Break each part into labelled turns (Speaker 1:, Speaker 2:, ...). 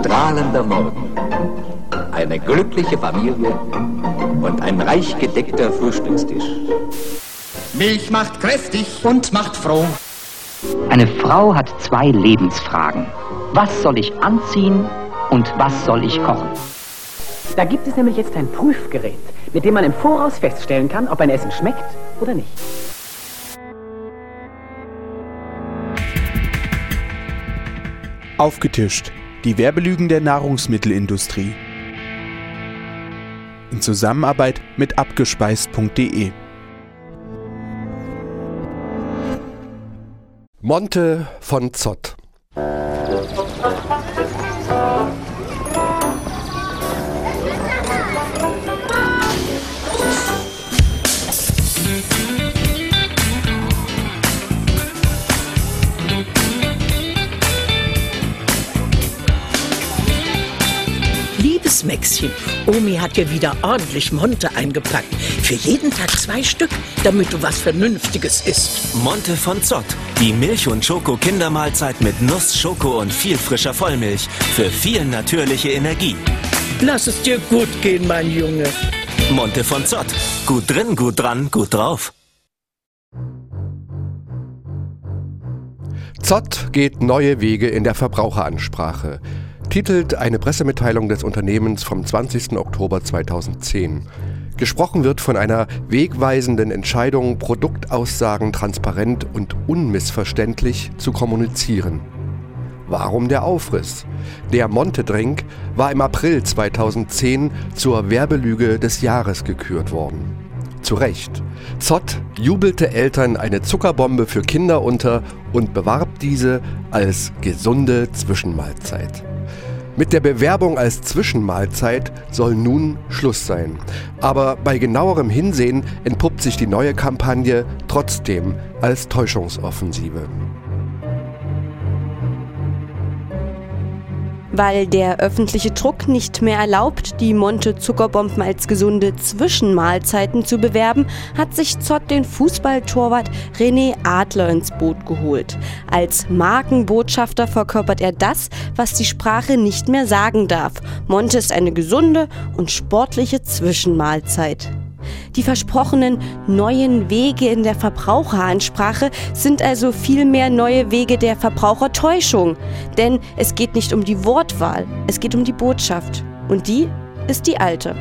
Speaker 1: strahlender Morgen, eine glückliche Familie und ein reich gedeckter Frühstückstisch.
Speaker 2: Milch macht kräftig und macht froh.
Speaker 3: Eine Frau hat 2 Lebensfragen. Was soll ich anziehen und was soll ich kochen?
Speaker 4: Da gibt es nämlich jetzt ein Prüfgerät, mit dem man im Voraus feststellen kann, ob ein Essen schmeckt oder nicht.
Speaker 5: Aufgetischt. Die Werbelügen der Nahrungsmittelindustrie. In Zusammenarbeit mit abgespeist.de.
Speaker 6: Monte von Zott.
Speaker 7: Liebes Maxchen, Omi hat dir wieder ordentlich Monte eingepackt. Für jeden Tag 2 Stück, damit du was Vernünftiges isst.
Speaker 8: Monte von Zott. Die Milch- und Schoko-Kindermahlzeit mit Nuss, Schoko und viel frischer Vollmilch. Für viel natürliche Energie.
Speaker 7: Lass es dir gut gehen, mein Junge.
Speaker 8: Monte von Zott. Gut drin, gut dran, gut drauf.
Speaker 6: Zott geht neue Wege in der Verbraucheransprache, titelt eine Pressemitteilung des Unternehmens vom 20. Oktober 2010. Gesprochen wird von einer wegweisenden Entscheidung, Produktaussagen transparent und unmissverständlich zu kommunizieren. Warum der Aufriss? Der Monte-Drink war im April 2010 zur Werbelüge des Jahres gekürt worden. Zu Recht. Zott jubelte Eltern eine Zuckerbombe für Kinder unter und bewarb diese als gesunde Zwischenmahlzeit. Mit der Bewerbung als Zwischenmahlzeit soll nun Schluss sein. Aber bei genauerem Hinsehen entpuppt sich die neue Kampagne trotzdem als Täuschungsoffensive.
Speaker 9: Weil der öffentliche Druck nicht mehr erlaubt, die Monte-Zuckerbomben als gesunde Zwischenmahlzeiten zu bewerben, hat sich Zott den Fußballtorwart René Adler ins Boot geholt. Als Markenbotschafter verkörpert er das, was die Sprache nicht mehr sagen darf. Monte ist eine gesunde und sportliche Zwischenmahlzeit. Die versprochenen neuen Wege in der Verbraucheransprache sind also vielmehr neue Wege der Verbrauchertäuschung. Denn es geht nicht um die Wortwahl, es geht um die Botschaft. Und die ist die alte.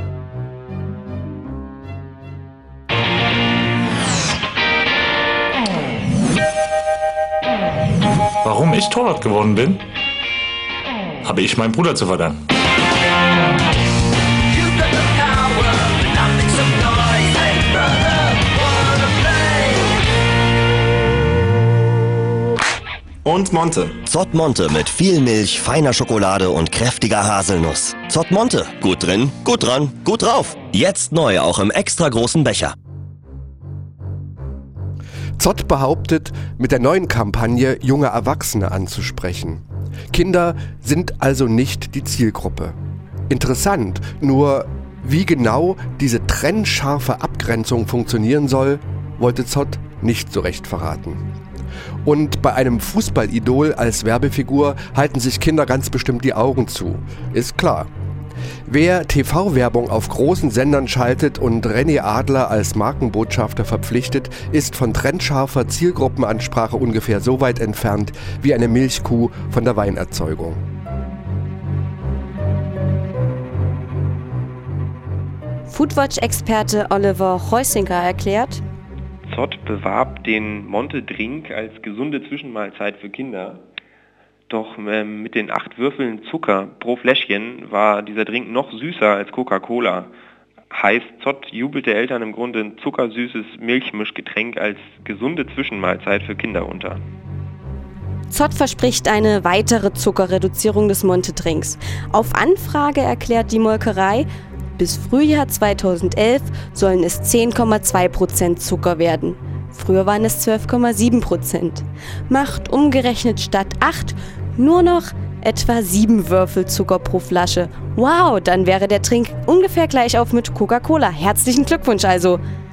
Speaker 10: Warum ich Torwart geworden bin, habe ich meinem Bruder zu verdanken.
Speaker 11: Und Monte.
Speaker 12: Zott Monte mit viel Milch, feiner Schokolade und kräftiger Haselnuss. Zott Monte. Gut drin, gut dran, gut drauf. Jetzt neu auch im extra großen Becher.
Speaker 6: Zott behauptet, mit der neuen Kampagne junge Erwachsene anzusprechen. Kinder sind also nicht die Zielgruppe. Interessant, nur wie genau diese trennscharfe Abgrenzung funktionieren soll, wollte Zott nicht so recht verraten. Und bei einem Fußballidol als Werbefigur halten sich Kinder ganz bestimmt die Augen zu. Ist klar. Wer TV-Werbung auf großen Sendern schaltet und René Adler als Markenbotschafter verpflichtet, ist von trennscharfer Zielgruppenansprache ungefähr so weit entfernt wie eine Milchkuh von der Weinerzeugung.
Speaker 9: Foodwatch-Experte Oliver Heusinger erklärt:
Speaker 13: Zott bewarb den Monte-Drink als gesunde Zwischenmahlzeit für Kinder. Doch mit den 8 Würfeln Zucker pro Fläschchen war dieser Drink noch süßer als Coca-Cola. Heißt, Zott jubelte Eltern im Grunde ein zuckersüßes Milchmischgetränk als gesunde Zwischenmahlzeit für Kinder unter.
Speaker 9: Zott verspricht eine weitere Zuckerreduzierung des Monte-Drinks. Auf Anfrage erklärt die Molkerei, bis Frühjahr 2011 sollen es 10,2% Zucker werden. Früher waren es 12,7%. Macht umgerechnet statt 8 nur noch etwa 7 Würfel Zucker pro Flasche. Wow, dann wäre der Trink ungefähr gleich auf mit Coca-Cola. Herzlichen Glückwunsch also!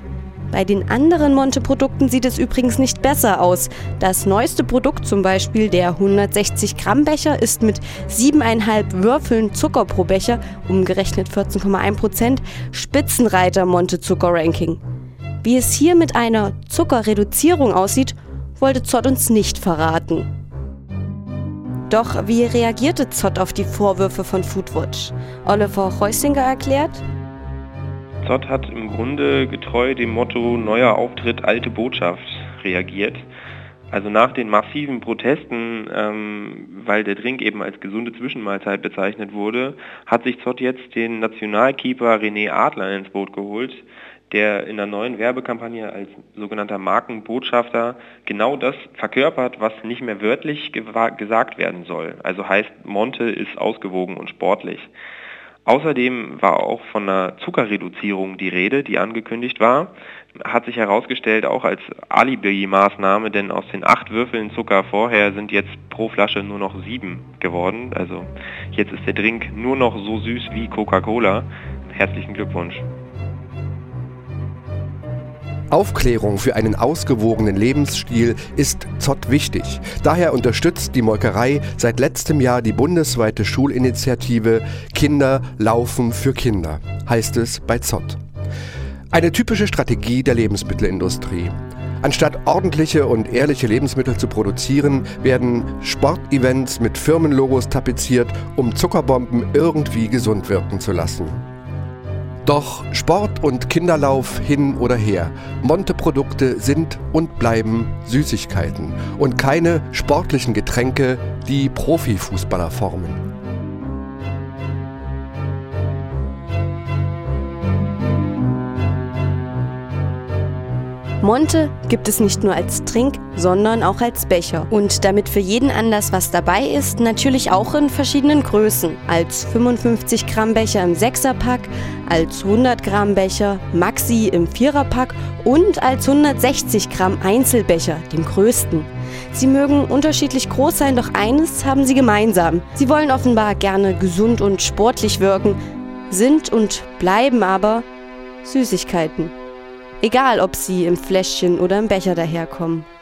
Speaker 9: Bei den anderen Monte-Produkten sieht es übrigens nicht besser aus. Das neueste Produkt, zum Beispiel der 160-Gramm-Becher, ist mit 7,5 Würfeln Zucker pro Becher, umgerechnet 14,1%, Spitzenreiter Monte-Zucker-Ranking. Wie es hier mit einer Zuckerreduzierung aussieht, wollte Zott uns nicht verraten. Doch wie reagierte Zott auf die Vorwürfe von Foodwatch? Oliver Heusinger erklärt:
Speaker 13: Zott hat im Grunde getreu dem Motto neuer Auftritt, alte Botschaft reagiert. Also nach den massiven Protesten, weil der Drink eben als gesunde Zwischenmahlzeit bezeichnet wurde, hat sich Zott jetzt den Nationalkeeper René Adler ins Boot geholt, der in der neuen Werbekampagne als sogenannter Markenbotschafter genau das verkörpert, was nicht mehr wörtlich gesagt werden soll. Also heißt, Monte ist ausgewogen und sportlich. Außerdem war auch von einer Zuckerreduzierung die Rede, die angekündigt war. Hat sich herausgestellt, auch als Alibi-Maßnahme, denn aus den 8 Würfeln Zucker vorher sind jetzt pro Flasche nur noch 7 geworden. Also jetzt ist der Drink nur noch so süß wie Coca-Cola. Herzlichen Glückwunsch.
Speaker 6: Aufklärung für einen ausgewogenen Lebensstil ist Zott wichtig. Daher unterstützt die Molkerei seit letztem Jahr die bundesweite Schulinitiative Kinder laufen für Kinder, heißt es bei Zott. Eine typische Strategie der Lebensmittelindustrie. Anstatt ordentliche und ehrliche Lebensmittel zu produzieren, werden Sportevents mit Firmenlogos tapeziert, um Zuckerbomben irgendwie gesund wirken zu lassen. Doch Sport und Kinderlauf hin oder her, Monte-Produkte sind und bleiben Süßigkeiten und keine sportlichen Getränke, die Profifußballer formen.
Speaker 9: Monte gibt es nicht nur als Trink, sondern auch als Becher. Und damit für jeden Anlass was dabei ist, natürlich auch in verschiedenen Größen. Als 55 Gramm Becher im 6er-Pack, als 100 Gramm Becher Maxi im 4er-Pack und als 160 Gramm Einzelbecher, dem größten. Sie mögen unterschiedlich groß sein, doch eines haben sie gemeinsam. Sie wollen offenbar gerne gesund und sportlich wirken, sind und bleiben aber Süßigkeiten. Egal, ob sie im Fläschchen oder im Becher daherkommen.